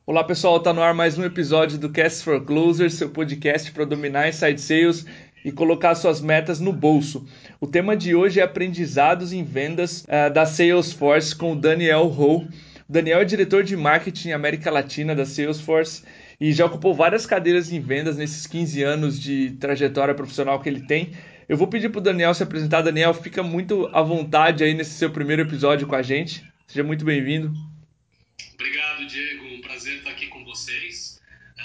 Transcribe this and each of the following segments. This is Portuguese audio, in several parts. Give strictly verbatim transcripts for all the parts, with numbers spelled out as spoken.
Olá pessoal, tá no ar mais um episódio do Cast for Closers, seu podcast para dominar inside sales e colocar suas metas no bolso. O tema de hoje é aprendizados em vendas uh, da Salesforce com o Daniel Ho. O Daniel é diretor de marketing América Latina da Salesforce e já ocupou várias cadeiras em vendas nesses quinze anos de trajetória profissional que ele tem. Eu vou pedir para o Daniel se apresentar. Daniel, fica muito à vontade aí nesse seu primeiro episódio com a gente. Seja muito bem-vindo. Obrigado, Diego. Um prazer estar aqui com vocês.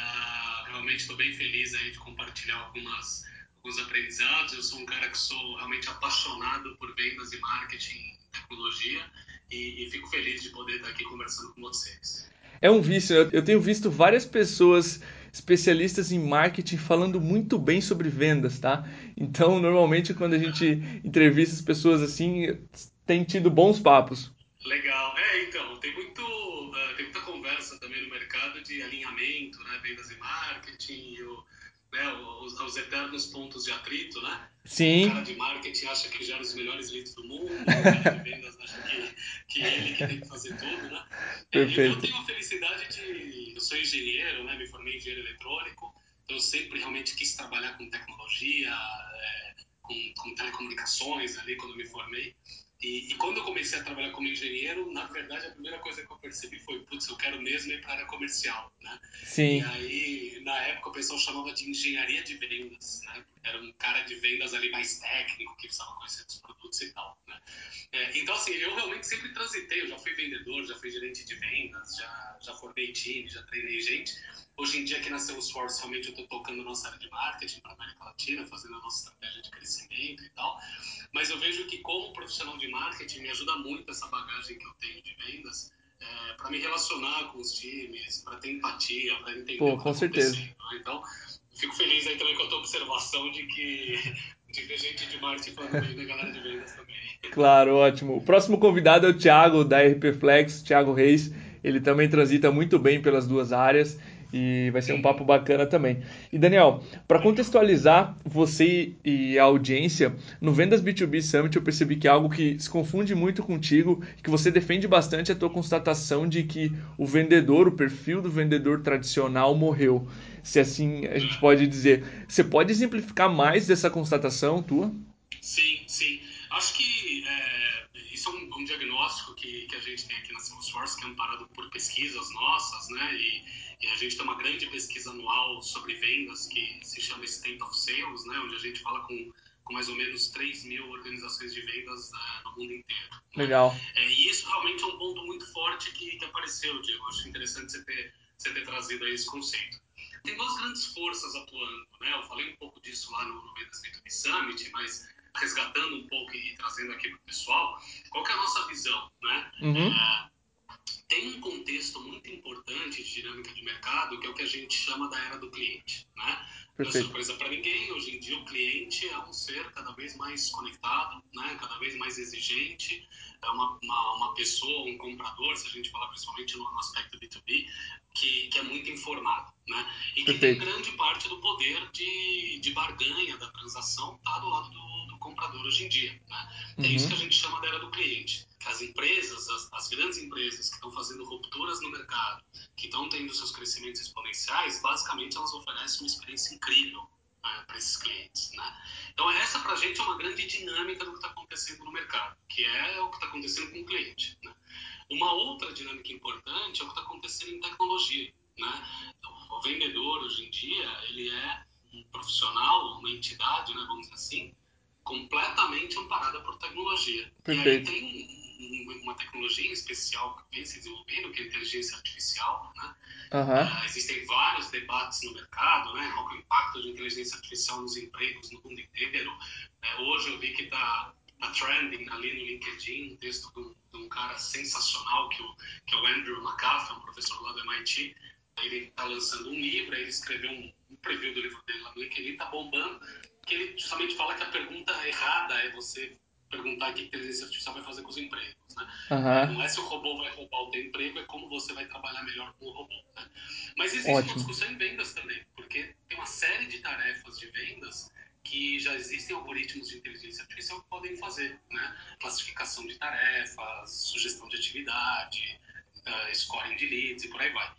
Uh, realmente estou bem feliz aí de compartilhar algumas, alguns aprendizados. Eu sou um cara que sou realmente apaixonado por vendas e marketing e tecnologia e, e fico feliz de poder estar aqui conversando com vocês. É um vício. Eu, eu tenho visto várias pessoas especialistas em marketing falando muito bem sobre vendas, tá? Então, normalmente, quando a gente entrevista as pessoas assim, tem tido bons papos. Legal. É, então, tem, muito, uh, tem muita conversa também no mercado de alinhamento, né? Vendas e marketing, e o, né, os, os eternos pontos de atrito, né? O cara Sim, de marketing acha que gera os melhores leads do mundo, o cara de vendas acha que, que ele que tem que fazer tudo, né? É, eu, eu perfeito. tenho a felicidade de... Eu sou engenheiro, né? Me formei em engenheiro eletrônico, então eu sempre realmente quis trabalhar com tecnologia, é, com, com telecomunicações ali quando me formei. E, e quando eu comecei a trabalhar como engenheiro, na verdade, a primeira coisa que eu percebi foi, putz, eu quero mesmo ir para a área comercial, né? E Sim, aí, na época, o pessoal chamava de engenharia de vendas, né? Era um cara de vendas ali mais técnico, que precisava conhecer dos produtos e tal, né? É, então, assim, eu realmente sempre transitei, eu já fui vendedor, já fui gerente de vendas, já, já formei time, já treinei gente. Hoje em dia, aqui na Salesforce, realmente eu estou tocando a nossa área de marketing para a América Latina, fazendo a nossa estratégia de crescimento e tal. Mas eu vejo que, como profissional de marketing, me ajuda muito essa bagagem que eu tenho de vendas é, para me relacionar com os times, para ter empatia, para entender o pô, que está com certeza. acontecendo. Né? Então, fico feliz aí também com a tua observação de que de ver gente de marketing falando bem da galera de vendas também. Claro, ótimo. O próximo convidado é o Thiago, da R P Flex, Thiago Reis. Ele também transita muito bem pelas duas áreas e vai ser um papo bacana também. E Daniel, para Legal. contextualizar você e a audiência, no Vendas B dois B Summit eu percebi que é algo que se confunde muito contigo, que você defende bastante a tua constatação de que o vendedor, o perfil do vendedor tradicional morreu. Se assim a gente pode dizer. Você pode exemplificar mais dessa constatação tua? Sim, sim. Acho que é, isso é um, um diagnóstico que, que a gente tem aqui na Salesforce, que é amparado por pesquisas nossas, né? E, e a gente tem uma grande pesquisa anual sobre vendas que se chama State of Sales, né? Onde a gente fala com, com mais ou menos três mil organizações de vendas uh, no mundo inteiro. Né? Legal. É, e isso realmente é um ponto muito forte que, que apareceu, Diego. Acho interessante você ter, você ter trazido aí esse conceito. Tem duas grandes forças atuando, né? Eu falei um pouco disso lá no, no Vendas B dois B Summit, mas resgatando um pouco e trazendo aqui para o pessoal, qual que é a nossa visão, né? Uhum. É, tem um contexto muito importante de dinâmica de mercado, que é o que a gente chama da era do cliente, né? Não é Perfeito. surpresa para ninguém, hoje em dia o cliente é um ser cada vez mais conectado, né? Cada vez mais exigente, é uma, uma, uma pessoa, um comprador, se a gente falar principalmente no, no aspecto B dois B, que, que é muito informado, né? E que tem Perfeito. grande parte do poder de, de barganha da transação tá do lado do, do comprador hoje em dia, né? É isso que a Uhum. gente chama da era do cliente. As empresas, as, as grandes empresas que estão fazendo rupturas no mercado, que estão tendo seus crescimentos exponenciais, basicamente elas oferecem uma experiência incrível, né, para esses clientes. Né? Então, essa para a gente é uma grande dinâmica do que está acontecendo no mercado, que é o que está acontecendo com o cliente. Né? Uma outra dinâmica importante é o que está acontecendo em tecnologia. Né? Então, o vendedor, hoje em dia, ele é um profissional, uma entidade, né, vamos dizer assim, completamente amparada por tecnologia. E aí Perfeito. tem uma tecnologia em especial que vem se desenvolvendo, que é a inteligência artificial. Né? Aham. Uh, existem vários debates no mercado, né? Qual é o impacto de inteligência artificial nos empregos no mundo inteiro. Uh, hoje eu vi que está tá trending ali no LinkedIn um texto de um, de um cara sensacional, que, o, que é o Andrew McAfee, um professor lá do M I T. Ele está lançando um livro, ele escreveu um, um preview do livro dele lá no LinkedIn, está bombando, que ele justamente fala que a pergunta errada é você perguntar o que a inteligência artificial vai fazer com os empregos. Né? É, Aham. não é se o robô vai roubar o teu emprego, é como você vai trabalhar melhor com o robô. Né? Mas existe uma Ótimo. discussão em vendas também, porque tem uma série de tarefas de vendas que já existem algoritmos de inteligência artificial que podem fazer. Né? Classificação de tarefas, sugestão de atividade, uh, scoring de leads e por aí vai.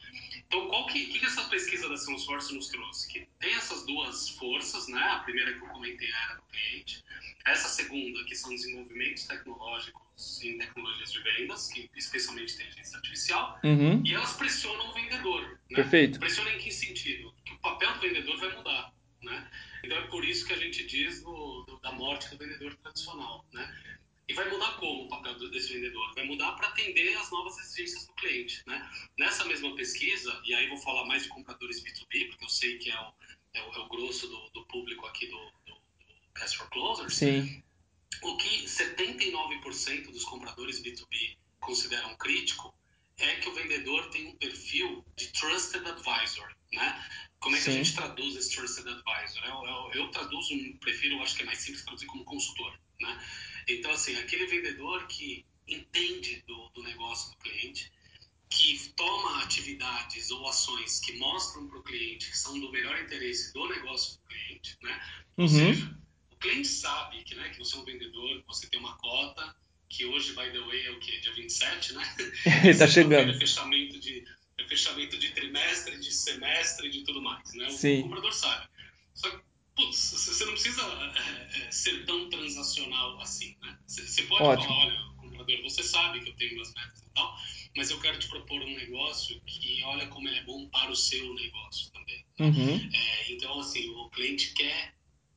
Então, qual que, que, que essa pesquisa da Salesforce nos trouxe? Que tem essas duas forças, né? A primeira que eu comentei era do cliente. Essa segunda, que são desenvolvimentos tecnológicos em tecnologias de vendas, que, especialmente inteligência artificial, Uhum. e elas pressionam o vendedor. Né? Perfeito. Pressionam em que sentido? Que o papel do vendedor vai mudar. Né? Então, é por isso que a gente diz do, do, da morte do vendedor tradicional. Né? E vai mudar como o papel desse vendedor? Vai mudar para atender as novas exigências do cliente. Né? Nessa mesma pesquisa, e aí vou falar mais de compradores B dois B, porque eu sei que é o, é o, é o grosso do, do público aqui do, do, do Cast for Closers, Sim. o que setenta e nove por cento dos compradores B dois B consideram crítico é que o vendedor tem um perfil de Trusted Advisor. Né? Como é que Sim. a gente traduz esse Trusted Advisor? Eu, eu, eu traduzo, prefiro, acho que é mais simples traduzir como consultor. Né? Então, assim, aquele vendedor que entende do, do negócio do cliente, que toma atividades ou ações que mostram para o cliente que são do melhor interesse do negócio do cliente, né? Ou Uhum. seja, o cliente sabe que, né, que você é um vendedor, que você tem uma cota, que hoje, by the way, é o quê? Dia vinte e sete, né? Tá chegando. É fechamento de, é fechamento de trimestre, de semestre, de tudo mais, né? O, Sim. o comprador sabe. Só que, putz, você não precisa é, é, ser tão transacional assim, né? Você pode Ótimo. falar, olha, comprador, você sabe que eu tenho minhas metas e tal, mas eu quero te propor um negócio que olha como ele é bom para o seu negócio também. Né? Uhum. É, então, assim, o cliente quer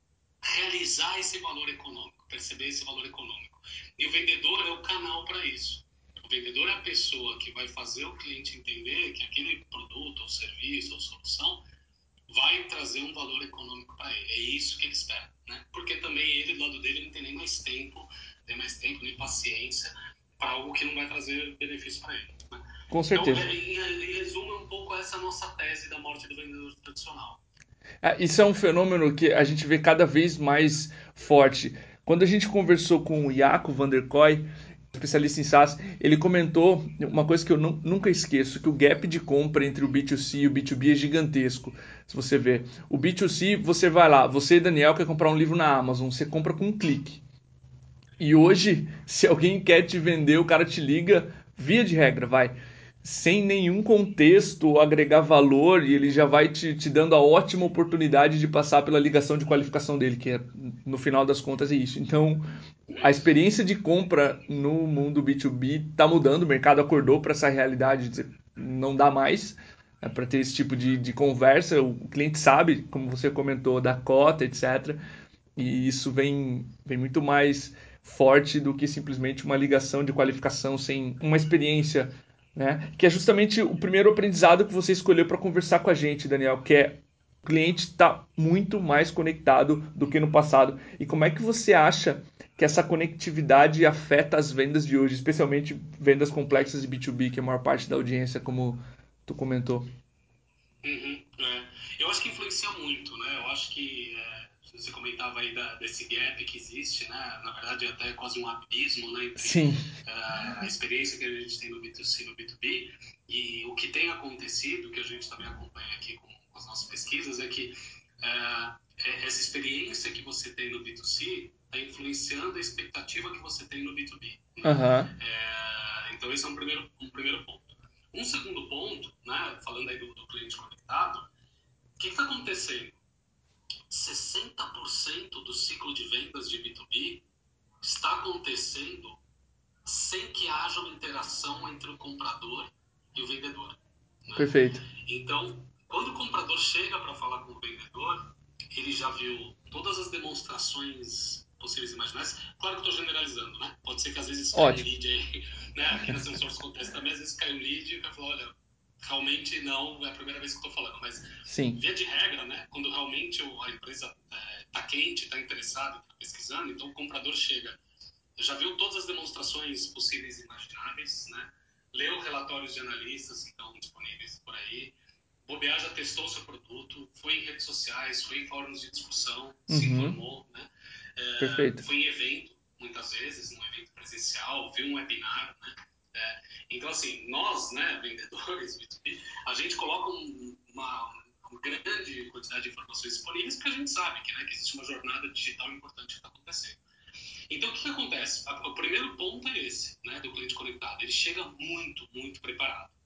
realizar esse valor econômico, perceber esse valor econômico. E o vendedor é o canal para isso. O vendedor é a pessoa que vai fazer o cliente entender que aquele produto, ou serviço, ou solução vai trazer um valor econômico para ele. É isso que ele espera. Né? Porque também ele, do lado dele, não tem nem mais tempo, nem mais tempo, nem paciência para algo que não vai trazer benefício para ele. Né? Com certeza. Então, em, em resumo, é um pouco essa nossa tese da morte do vendedor tradicional. É, isso é um fenômeno que a gente vê cada vez mais forte. Quando a gente conversou com o Jaco van der Kooi, especialista em SaaS, ele comentou uma coisa que eu nu- nunca esqueço, que o gap de compra entre o B dois C e o B dois B é gigantesco. Se você ver, o B dois C, você vai lá, você, Daniel, quer comprar um livro na Amazon, você compra com um clique. E hoje, se alguém quer te vender, o cara te liga, via de regra, vai, sem nenhum contexto ou agregar valor, e ele já vai te, te dando a ótima oportunidade de passar pela ligação de qualificação dele, que é, no final das contas, é isso. Então, a experiência de compra no mundo B dois B está mudando, o mercado acordou para essa realidade de dizer, não dá mais é, para ter esse tipo de, de conversa, o cliente sabe, como você comentou, da cota, etcétera. E isso vem, vem muito mais forte do que simplesmente uma ligação de qualificação sem uma experiência, né? Que é justamente o primeiro aprendizado que você escolheu para conversar com a gente, Daniel, que é o cliente está muito mais conectado do que no passado. E como é que você acha que essa conectividade afeta as vendas de hoje, especialmente vendas complexas de B dois B, que é a maior parte da audiência, como tu comentou? Uhum, é. Eu acho que influencia muito, né? Eu acho que é, você comentava aí da, desse gap que existe, né? Na verdade, é até quase um abismo, né? Entre Sim. uh, a experiência que a gente tem no B dois C e no B dois B e o que tem acontecido, que a gente também acompanha aqui com, com as nossas pesquisas, é que uh, essa experiência que você tem no B dois C está influenciando a expectativa que você tem no B dois B. Né? Aham. É, então, esse é um primeiro, um primeiro ponto. Um segundo ponto, né, falando aí do, do cliente conectado, o que está acontecendo? sessenta por cento do ciclo de vendas de B dois B está acontecendo sem que haja uma interação entre o comprador e o vendedor. Né? Perfeito. Então, quando o comprador chega para falar com o vendedor, ele já viu todas as demonstrações possíveis e imaginárias. Claro que eu estou generalizando, né? Pode ser que às vezes caia um Ótimo. lead aí, né? Aqui na Salesforce acontece também, às vezes cai um lead e vai falar, olha, realmente não é a primeira vez que eu estou falando, mas Sim. via de regra, né? Quando realmente a empresa está é, quente, está interessada, está pesquisando, então o comprador chega, já viu todas as demonstrações possíveis e imagináveis, né? Leu relatórios de analistas que estão disponíveis por aí, bobear já testou o seu produto, foi em redes sociais, foi em fóruns de discussão, se Uhum. informou, né? É, Perfeito. foi em evento, muitas vezes, num evento presencial, viu um webinar, né? É, então, assim, nós, né, vendedores, B dois B, a gente coloca um, uma, uma grande quantidade de informações disponíveis porque a gente sabe que, né, que existe uma jornada digital importante que está acontecendo. Então, o que, que acontece? O primeiro ponto é esse, né, do cliente conectado. Ele chega muito, muito preparado.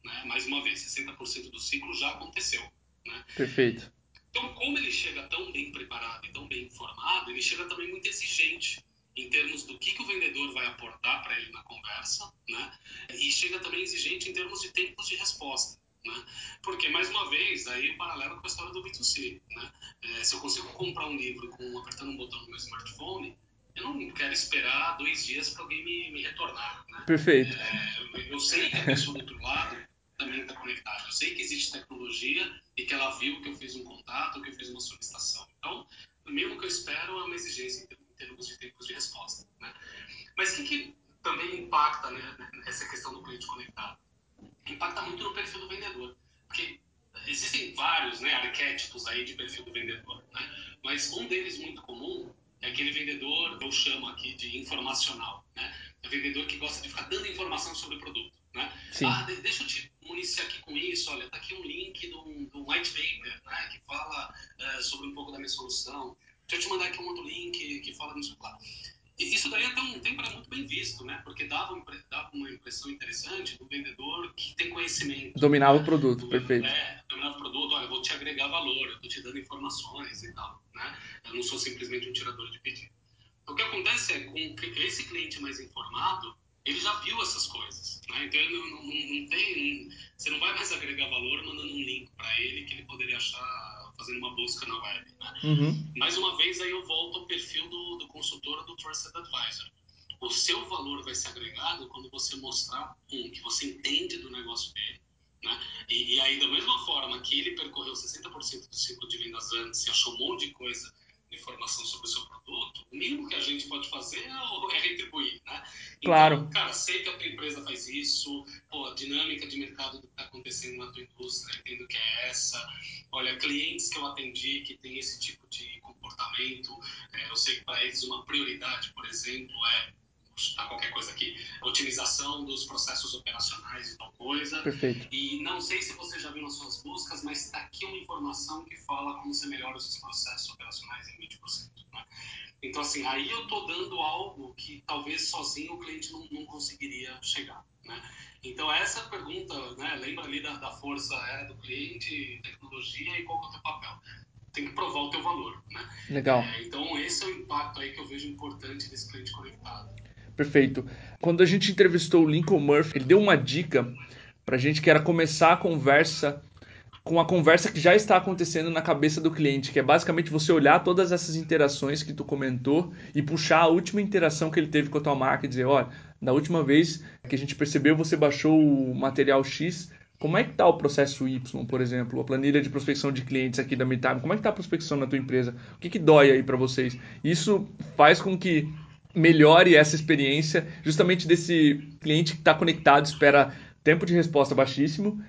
né? Mais uma vez, sessenta por cento do ciclo já aconteceu, né? Perfeito. Então, como ele chega tão bem preparado e tão bem informado, ele chega também muito exigente em termos do que, que o vendedor vai aportar para ele na conversa, né? E chega também exigente em termos de tempos de resposta, né? Porque, mais uma vez, aí o paralelo com a história do B dois C, né? É, se eu consigo comprar um livro com apertando um botão no meu smartphone, eu não quero esperar dois dias para alguém me, me retornar, né? Perfeito. É, eu, eu sei que a pessoa do outro lado também está conectada. Eu sei que existe tecnologia e que ela viu que eu fiz um contato, que eu fiz uma solicitação. Então, o mínimo que eu espero é uma exigência em termos de tempos de resposta, né? Mas o que, que também impacta, né, essa questão do cliente conectado? Impacta muito no perfil do vendedor. Porque existem vários, né, arquétipos aí de perfil do vendedor, né? Mas um deles muito comum é aquele vendedor, eu chamo aqui de informacional, né? É o vendedor que gosta de ficar dando informação sobre o produto, né? Sim. Ah, deixa eu te municiar aqui com isso, olha, tá aqui um link de um, de um white paper, né, que fala uh, sobre um pouco da minha solução. Deixa eu te mandar aqui um outro link que fala nisso lá. E isso daí até um tempo era muito bem visto, né? Porque dava, dava uma impressão interessante do vendedor que tem conhecimento. Dominava Né? o produto, Do, perfeito. É, dominava o produto, olha, eu vou te agregar valor, eu estou te dando informações e tal, né? Eu não sou simplesmente um tirador de pedido. O que acontece é com esse cliente mais informado, ele já viu essas coisas, né? Então ele não, não, não tem, você não vai mais agregar valor mandando um link para ele que ele poderia achar fazendo uma busca na web, né? Uhum. Mais uma vez aí eu volto ao perfil do, do consultor, do Trusted Advisor. O seu valor vai ser agregado quando você mostrar, um, que você entende do negócio dele, né? E, e aí da mesma forma que ele percorreu sessenta por cento do ciclo de vendas antes e achou um monte de coisa, informação sobre o seu produto, o mínimo que a gente pode fazer é, é retribuir, né? Claro. Então, cara, sei que a tua empresa faz isso, pô, a dinâmica de mercado do que está acontecendo na tua indústria, entendo que é essa. Olha, clientes que eu atendi que tem esse tipo de comportamento, é, eu sei que para eles uma prioridade, por exemplo, é chutar qualquer coisa aqui, a otimização dos processos operacionais e tal coisa. Perfeito. E não sei se você já viu nas suas buscas, mas está aqui uma informação que fala como você melhora os seus processos operacionais em vinte por cento. Né? Então, assim, aí eu estou dando algo que talvez sozinho o cliente não, não conseguiria chegar. Né? Então, essa pergunta, né, lembra ali da, da força era do cliente, tecnologia e qual é o teu papel? Tem que provar o teu valor. Né? Legal. É, então, esse é o impacto aí que eu vejo importante desse cliente conectado. Perfeito. Quando a gente entrevistou o Lincoln Murphy, ele deu uma dica pra gente que era começar a conversa com a conversa que já está acontecendo na cabeça do cliente, que é basicamente você olhar todas essas interações que tu comentou e puxar a última interação que ele teve com a tua marca e dizer, olha, da última vez que a gente percebeu, você baixou o material X, como é que está o processo Y, por exemplo, a planilha de prospecção de clientes aqui da MeTime, como é que está a prospecção na tua empresa? O que, que dói aí para vocês? Isso faz com que melhore essa experiência justamente desse cliente que está conectado, espera tempo de resposta baixíssimo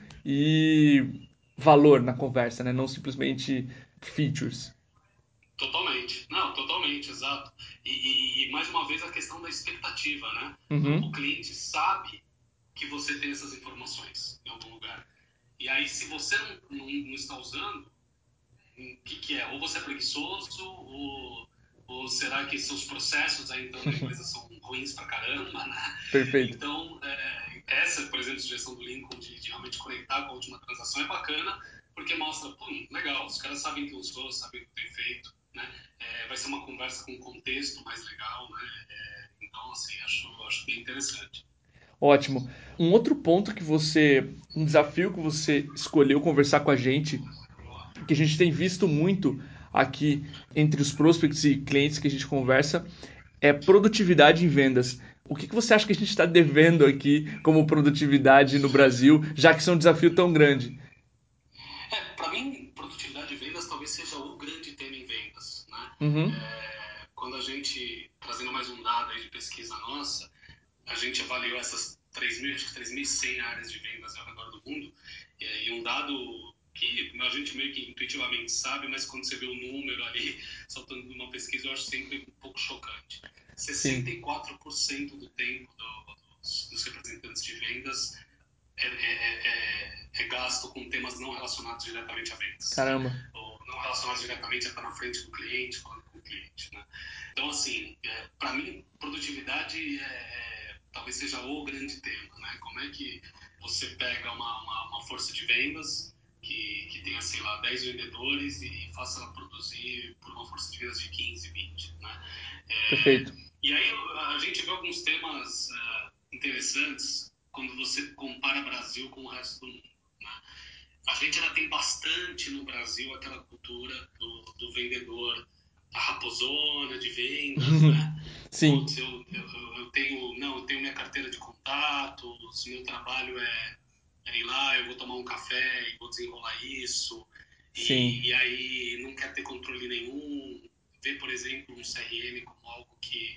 e valor na conversa, né? Não simplesmente features. Totalmente, não, totalmente, exato. E, e, e mais uma vez a questão da expectativa, né? O Uhum. cliente sabe que você tem essas informações em algum lugar. E aí, se você não, não, não está usando, o que, que é? Ou você é preguiçoso, ou, ou será que seus processos aí então da empresa são ruins pra caramba, né? Perfeito. Então, é, essa, por exemplo, sugestão do Lincoln de, de realmente conectar com a última transação é bacana, porque mostra, pum, legal, os caras sabem que eu usou, sabem o que eu tenho feito, né? É, vai ser uma conversa com um contexto mais legal, né? É, então, assim, acho, acho bem interessante. Ótimo. Um outro ponto que você, um desafio que você escolheu conversar com a gente, que a gente tem visto muito aqui entre os prospects e clientes que a gente conversa, é produtividade em vendas. O que, que você acha que a gente está devendo aqui como produtividade no Brasil, já que isso é um desafio tão grande? É, para mim, produtividade de vendas talvez seja o grande tema em vendas, né? Uhum. É, quando a gente, trazendo mais um dado aí de pesquisa nossa, a gente avaliou essas três mil, acho que três mil e cem áreas de vendas ao redor do mundo, e, e um dado que a gente meio que intuitivamente sabe, mas quando você vê o número ali, soltando numa pesquisa, eu acho sempre um pouco chocante. Sim. sessenta e quatro por cento do tempo do, dos, dos representantes de vendas é, é, é, é gasto com temas não relacionados diretamente a vendas, né? Caramba. Ou não relacionados diretamente a estar na frente do cliente, falando com o cliente, né? Então, assim, é, para mim, produtividade é, é, talvez seja o grande tema, né? Como é que você pega uma, uma, uma força de vendas que, que tenha, sei lá, dez vendedores e faça ela produzir por uma força de vendas de quinze, vinte, né? É, Perfeito. e aí a gente vê alguns temas uh, interessantes quando você compara Brasil com o resto do mundo, né? A gente ainda tem bastante no Brasil aquela cultura do, do vendedor, a raposona de vendas, né? Sim, Putz, eu, eu, eu tenho, não, eu tenho minha carteira de contatos, meu trabalho é, é ir lá, eu vou tomar um café e vou desenrolar isso, sim. e, e aí não quer ter controle nenhum, vê, por exemplo, um C R M como algo que,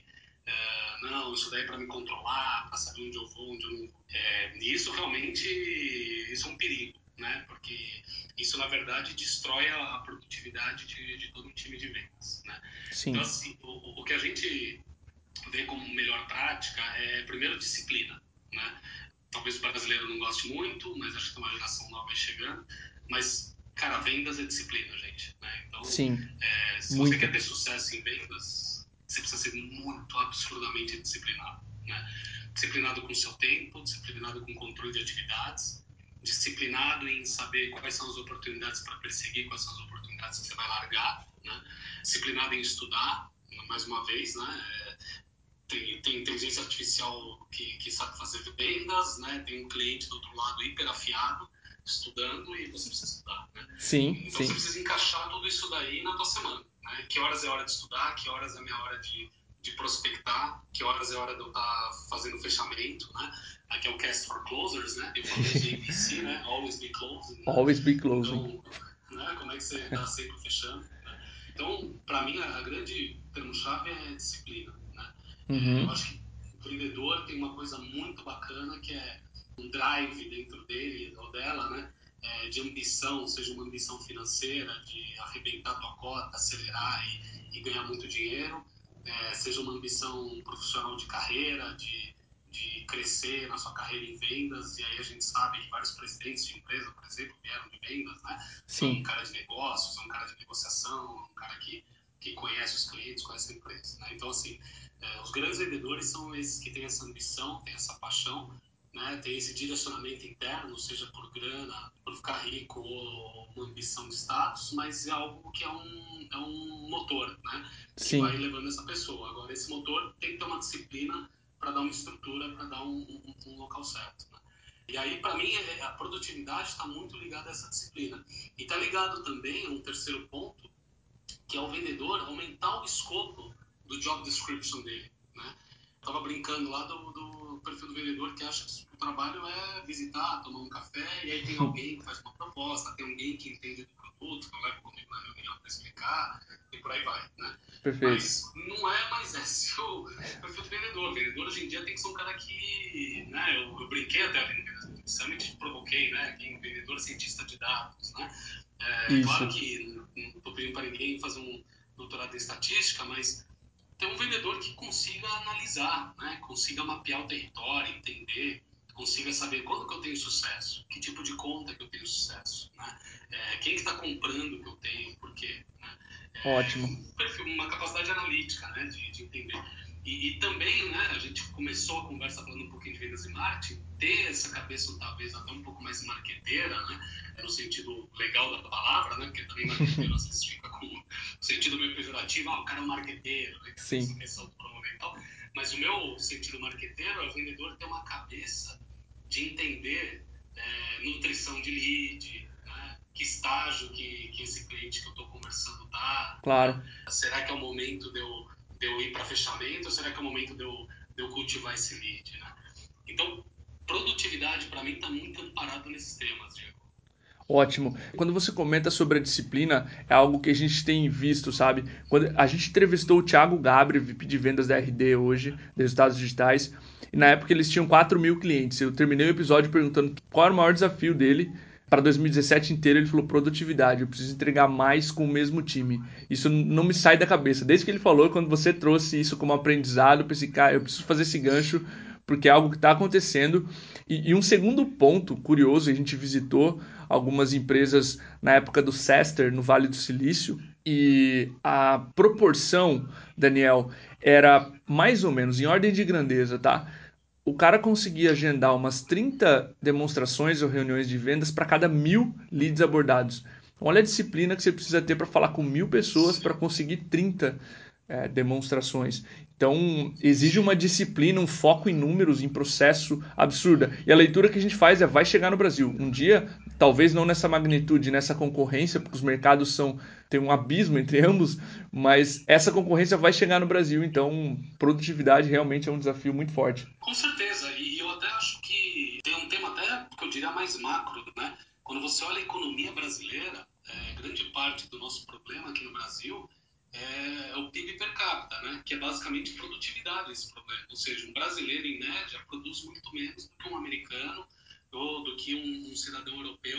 uh, não, isso daí é para me controlar, para saber onde eu vou, onde eu não vou. É, e isso realmente, isso é um perigo, né? Porque isso, na verdade, destrói a, a produtividade de, de todo um time de vendas, né? Então, Sim. assim, o, o que a gente vê como melhor prática é, primeiro, disciplina, né? Talvez o brasileiro não goste muito, mas acho que tem uma geração nova aí chegando. Mas, cara, vendas é disciplina, gente, né? Então, Sim. é, se você Muito. quer ter sucesso em vendas, você precisa ser muito, absurdamente disciplinado, né? Disciplinado com o seu tempo, disciplinado com o controle de atividades, disciplinado em saber quais são as oportunidades para perseguir, quais são as oportunidades que você vai largar, né? Disciplinado em estudar, mais uma vez, né? Tem, tem inteligência artificial que, que sabe fazer vendas, né? Tem um cliente do outro lado hiper afiado, estudando, e você precisa estudar, né? Sim, Então você sim. precisa encaixar tudo isso daí na tua semana, né? Que horas é hora de estudar, que horas é a minha hora de, de prospectar, que horas é hora de eu estar fazendo fechamento, né? Aqui é o Cast for Closers, né? Eu falei de A B C, né? Always be closing, né? Always be closing. Então, né? Como é que você está sempre fechando, né? Então, para mim, a, a grande termo-chave é disciplina, né? É, eu Uhum. acho que o vendedor tem uma coisa muito bacana que é um drive dentro dele ou dela, né? É, de ambição, seja uma ambição financeira, de arrebentar tua cota, acelerar e, e ganhar muito dinheiro, é, seja uma ambição profissional de carreira, de, de crescer na sua carreira em vendas, e aí a gente sabe que vários presidentes de empresa, por exemplo, vieram de vendas, né? Então, um Sim. cara de negócios, um cara de negociação, um cara que, que conhece os clientes, conhece a empresa, né? Então, assim, é, os grandes vendedores são esses que têm essa ambição, têm essa paixão, né? Tem esse direcionamento interno, seja por grana, por ficar rico ou uma ambição de status, mas é algo que é um, é um motor, né? Que vai Sim. levando essa pessoa. Agora, esse motor tem que ter uma disciplina para dar uma estrutura, para dar um, um, um local certo, né? E aí, para mim, a produtividade está muito ligada a essa disciplina. E está ligado também a um terceiro ponto, que é o vendedor aumentar o escopo do job description dele, né? Eu tava brincando lá do, do perfil do vendedor que acha que o trabalho é visitar, tomar um café, e aí tem alguém que faz uma proposta, tem alguém que entende do produto, que eu levo comigo na reunião para explicar, e por aí vai, né? Perfeito. Mas não é mais esse o perfil do vendedor. O vendedor hoje em dia tem que ser um cara que, né? Eu, eu brinquei até ali no Summit, provoquei, né? Quem vendedor cientista de dados, né? É claro Isso. que não estou pedindo para ninguém fazer um doutorado em estatística, mas ter um vendedor que consiga analisar, né? Consiga mapear o território, entender, consiga saber quando que eu tenho sucesso, que tipo de conta que eu tenho sucesso, né? É, quem que está comprando o que eu tenho, por quê, né? É, Ótimo. um perfil, uma capacidade analítica, né? De, de entender. E, e também, né, a gente começou a conversa falando um pouquinho de vendas e marketing, ter essa cabeça talvez até um pouco mais marqueteira, né, no sentido legal da palavra, né, porque também marqueteiro às vezes fica com um sentido meio pejorativo, ah, o cara é um marqueteiro, né, que as pessoas Sim. começam a promover e tal, mas o meu sentido marqueteiro é o vendedor ter uma cabeça de entender é, nutrição de lead, né, que estágio que, que esse cliente que eu estou conversando está, né? Claro. Será que é o momento de eu, de eu ir para fechamento ou será que é o momento de eu, de eu cultivar esse lead, né? Então, produtividade para mim está muito amparado nesses temas, Diego. Ótimo. Quando você comenta sobre a disciplina, é algo que a gente tem visto, sabe? Quando a gente entrevistou o Thiago Gabri, V P de vendas da R D hoje, de resultados digitais, e na época eles tinham quatro mil clientes. Eu terminei o episódio perguntando qual era o maior desafio dele para dois mil e dezessete inteiro. Ele falou produtividade, eu preciso entregar mais com o mesmo time. Isso não me sai da cabeça. Desde que ele falou, quando você trouxe isso como aprendizado, eu pensei, cara, eu preciso fazer esse gancho porque é algo que está acontecendo. E, e um segundo ponto curioso, a gente visitou algumas empresas na época do Sester, no Vale do Silício, e a proporção, Daniel, era mais ou menos, em ordem de grandeza, tá? o cara conseguia agendar umas trinta demonstrações ou reuniões de vendas para cada mil leads abordados. Então, olha a disciplina que você precisa ter para falar com mil pessoas para conseguir trinta é, demonstrações. Então, exige uma disciplina, um foco em números, em processo absurda. E a leitura que a gente faz é: vai chegar no Brasil. Um dia, talvez não nessa magnitude, nessa concorrência, porque os mercados são tem um abismo entre ambos, mas essa concorrência vai chegar no Brasil. Então, produtividade realmente é um desafio muito forte. Com certeza. E eu até acho que tem um tema até, que eu diria, mais macro, né? Quando você olha a economia brasileira, é, grande parte do nosso problema aqui no Brasil é, é o P I B per capita, né? Que é basicamente produtividade esse problema. Ou seja, um brasileiro, em média, produz muito menos do que um americano ou do que um, um cidadão europeu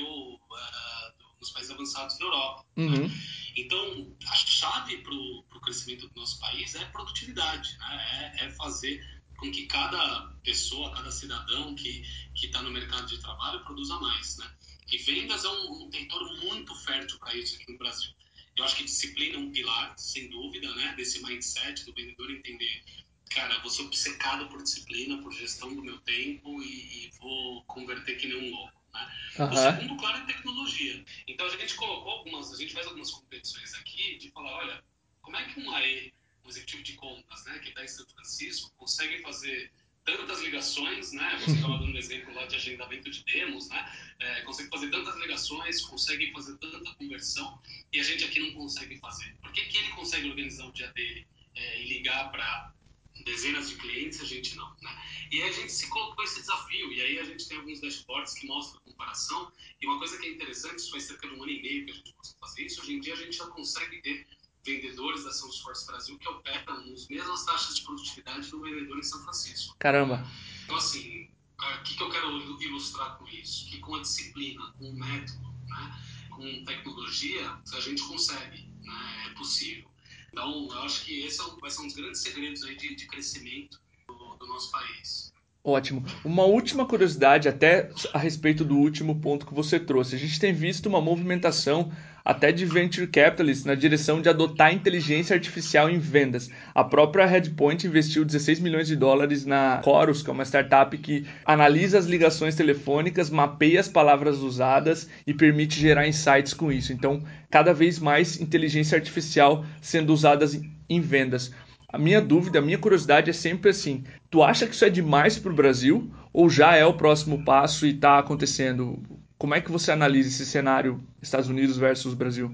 uh, nos países avançados da Europa. Uhum. Né? Então, a chave para o crescimento do nosso país é produtividade, né? é, é fazer com que cada pessoa, cada cidadão que está no mercado de trabalho produza mais, né? E vendas é um, um território muito fértil para isso aqui no Brasil. Eu acho que disciplina é um pilar, sem dúvida, né? Desse mindset do vendedor entender, cara, eu vou ser obcecado por disciplina, por gestão do meu tempo e, e vou converter que nem um louco, né? Uhum. O segundo, claro, é tecnologia. Então, a gente colocou algumas, a gente faz algumas competições aqui de falar, olha, como é que um A E, um executivo de contas, né, que está em São Francisco, consegue fazer tantas ligações, né? Você estava dando um exemplo lá de agendamento de demos, né? É, consegue fazer tantas ligações, consegue fazer tanta conversão e a gente aqui não consegue fazer. Por que, que ele consegue organizar o dia dele é, e ligar para dezenas de clientes, a gente não, né? E aí a gente se colocou esse desafio, e aí a gente tem alguns dashboards que mostram a comparação, e uma coisa que é interessante, isso faz cerca de um ano e meio que a gente conseguiu fazer isso, hoje em dia a gente já consegue ter vendedores da Salesforce Brasil que operam nas mesmas taxas de produtividade do vendedor em São Francisco. Caramba! Então, assim, o que, que eu quero ilustrar com isso? Que com a disciplina, com o método, né, com tecnologia, a gente consegue, né, é possível. Então, eu acho que esse é um, vai ser um dos grandes segredos aí de, de crescimento do, do nosso país. Ótimo. Uma última curiosidade, até a respeito do último ponto que você trouxe. A gente tem visto uma movimentação até de venture capitalists na direção de adotar inteligência artificial em vendas. A própria Redpoint investiu dezesseis milhões de dólares na Chorus, que é uma startup que analisa as ligações telefônicas, mapeia as palavras usadas e permite gerar insights com isso. Então, cada vez mais inteligência artificial sendo usada em vendas. A minha dúvida, a minha curiosidade é sempre assim: tu acha que isso é demais para o Brasil ou já é o próximo passo e está acontecendo? Como é que você analisa esse cenário Estados Unidos versus Brasil?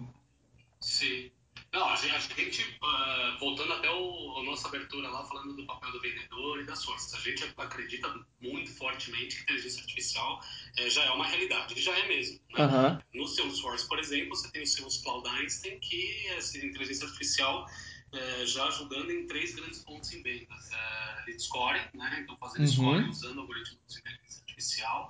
Sim. Não, a gente, a gente uh, voltando até o, a nossa abertura lá, falando do papel do vendedor e das forças, a gente acredita muito fortemente que a inteligência artificial eh, já é uma realidade, já é mesmo. Né? Uhum. No Salesforce, por exemplo, você tem o Sales Cloud Einstein, que é essa inteligência artificial eh, já ajudando em três grandes pontos em vendas. Eh, lead scoring, né? Então fazendo Uhum. scoring usando algoritmos de inteligência artificial.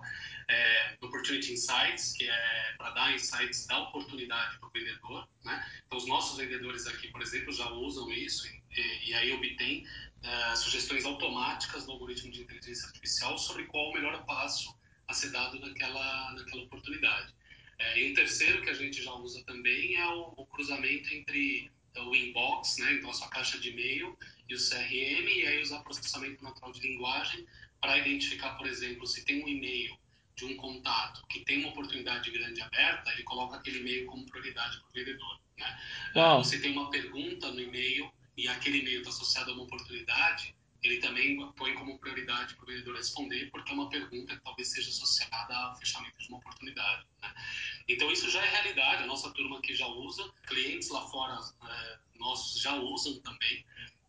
É, Opportunity Insights, que é para dar insights da oportunidade para o vendedor, né? Então, os nossos vendedores aqui, por exemplo, já usam isso e, e aí obtêm uh, sugestões automáticas do algoritmo de inteligência artificial sobre qual o melhor passo a ser dado naquela, naquela oportunidade. É, e um terceiro que a gente já usa também é o, o cruzamento entre o inbox, né? Então a sua caixa de e-mail e o C R M, e aí usar processamento natural de linguagem para identificar, por exemplo, se tem um e-mail de um contato que tem uma oportunidade grande aberta, ele coloca aquele e-mail como prioridade para o vendedor. Né? Uh, você tem uma pergunta no e-mail e aquele e-mail está associado a uma oportunidade, ele também põe como prioridade para o vendedor responder, porque é uma pergunta que talvez seja associada ao fechamento de uma oportunidade. Né? Então, isso já é realidade, a nossa turma aqui já usa, clientes lá fora uh, nossos já usam também.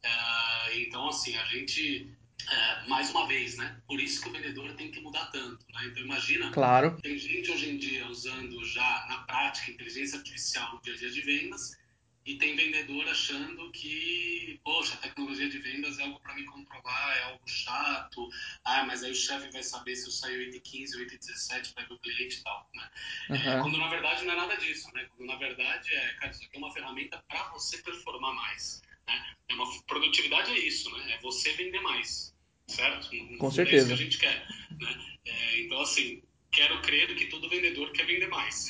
Uh, então, assim, a gente... É, mais uma vez, né? Por isso que o vendedor tem que mudar tanto, né? Então imagina, claro. Tem gente hoje em dia usando já na prática inteligência artificial no dia a dia de vendas e tem vendedor achando que, poxa, a tecnologia de vendas é algo para me controlar, é algo chato, ah, mas aí o chefe vai saber se eu saio oito e quinze, oito e dezessete para ver o cliente e tal, né? Uhum. É, quando na verdade não é nada disso, né? Quando na verdade é, cara, isso aqui é uma ferramenta para você performar mais, né? É uma, produtividade é isso, né? É você vender mais. Certo? Com Fundo é isso que certeza. a gente quer. Né? É, então, assim, quero crer que todo vendedor quer vender mais.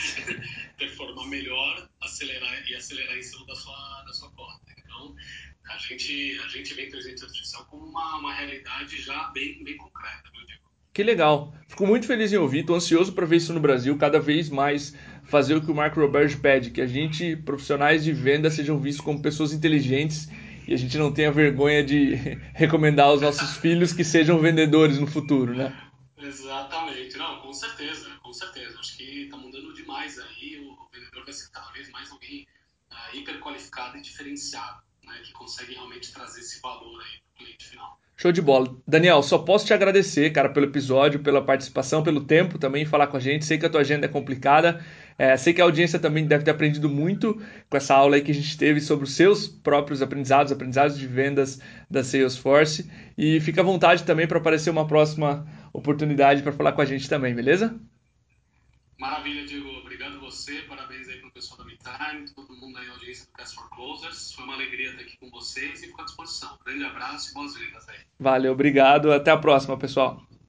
Performar melhor, acelerar e acelerar em cima da sua, da sua cota. Então, A gente, a gente vê a inteligência artificial como uma, uma realidade já bem, bem concreta, meu Diego. Que legal. Fico muito feliz em ouvir, estou ansioso para ver isso no Brasil, cada vez mais fazer o que o Marco Roberge pede, que a gente, profissionais de venda, sejam vistos como pessoas inteligentes e a gente não tenha vergonha de recomendar aos nossos filhos que sejam vendedores no futuro, né? Exatamente, não, com certeza, com certeza. Acho que está mudando demais aí. O vendedor vai ser cada vez mais alguém uh, hiper qualificado e diferenciado, né, que consegue realmente trazer esse valor aí para o cliente final. Show de bola. Daniel, só posso te agradecer, cara, pelo episódio, pela participação, pelo tempo também, falar com a gente. Sei que a tua agenda é complicada. É, sei que a audiência também deve ter aprendido muito com essa aula aí que a gente teve sobre os seus próprios aprendizados, aprendizados de vendas da Salesforce. E fica à vontade também para aparecer uma próxima oportunidade para falar com a gente também, beleza? Maravilha, Diego. Obrigado você. Parabéns aí para o pessoal da MeTime, todo mundo aí, a audiência do Cast for Closers. Foi uma alegria estar aqui com vocês e fico à disposição. Grande abraço e boas vendas aí. Valeu, obrigado. Até a próxima, pessoal.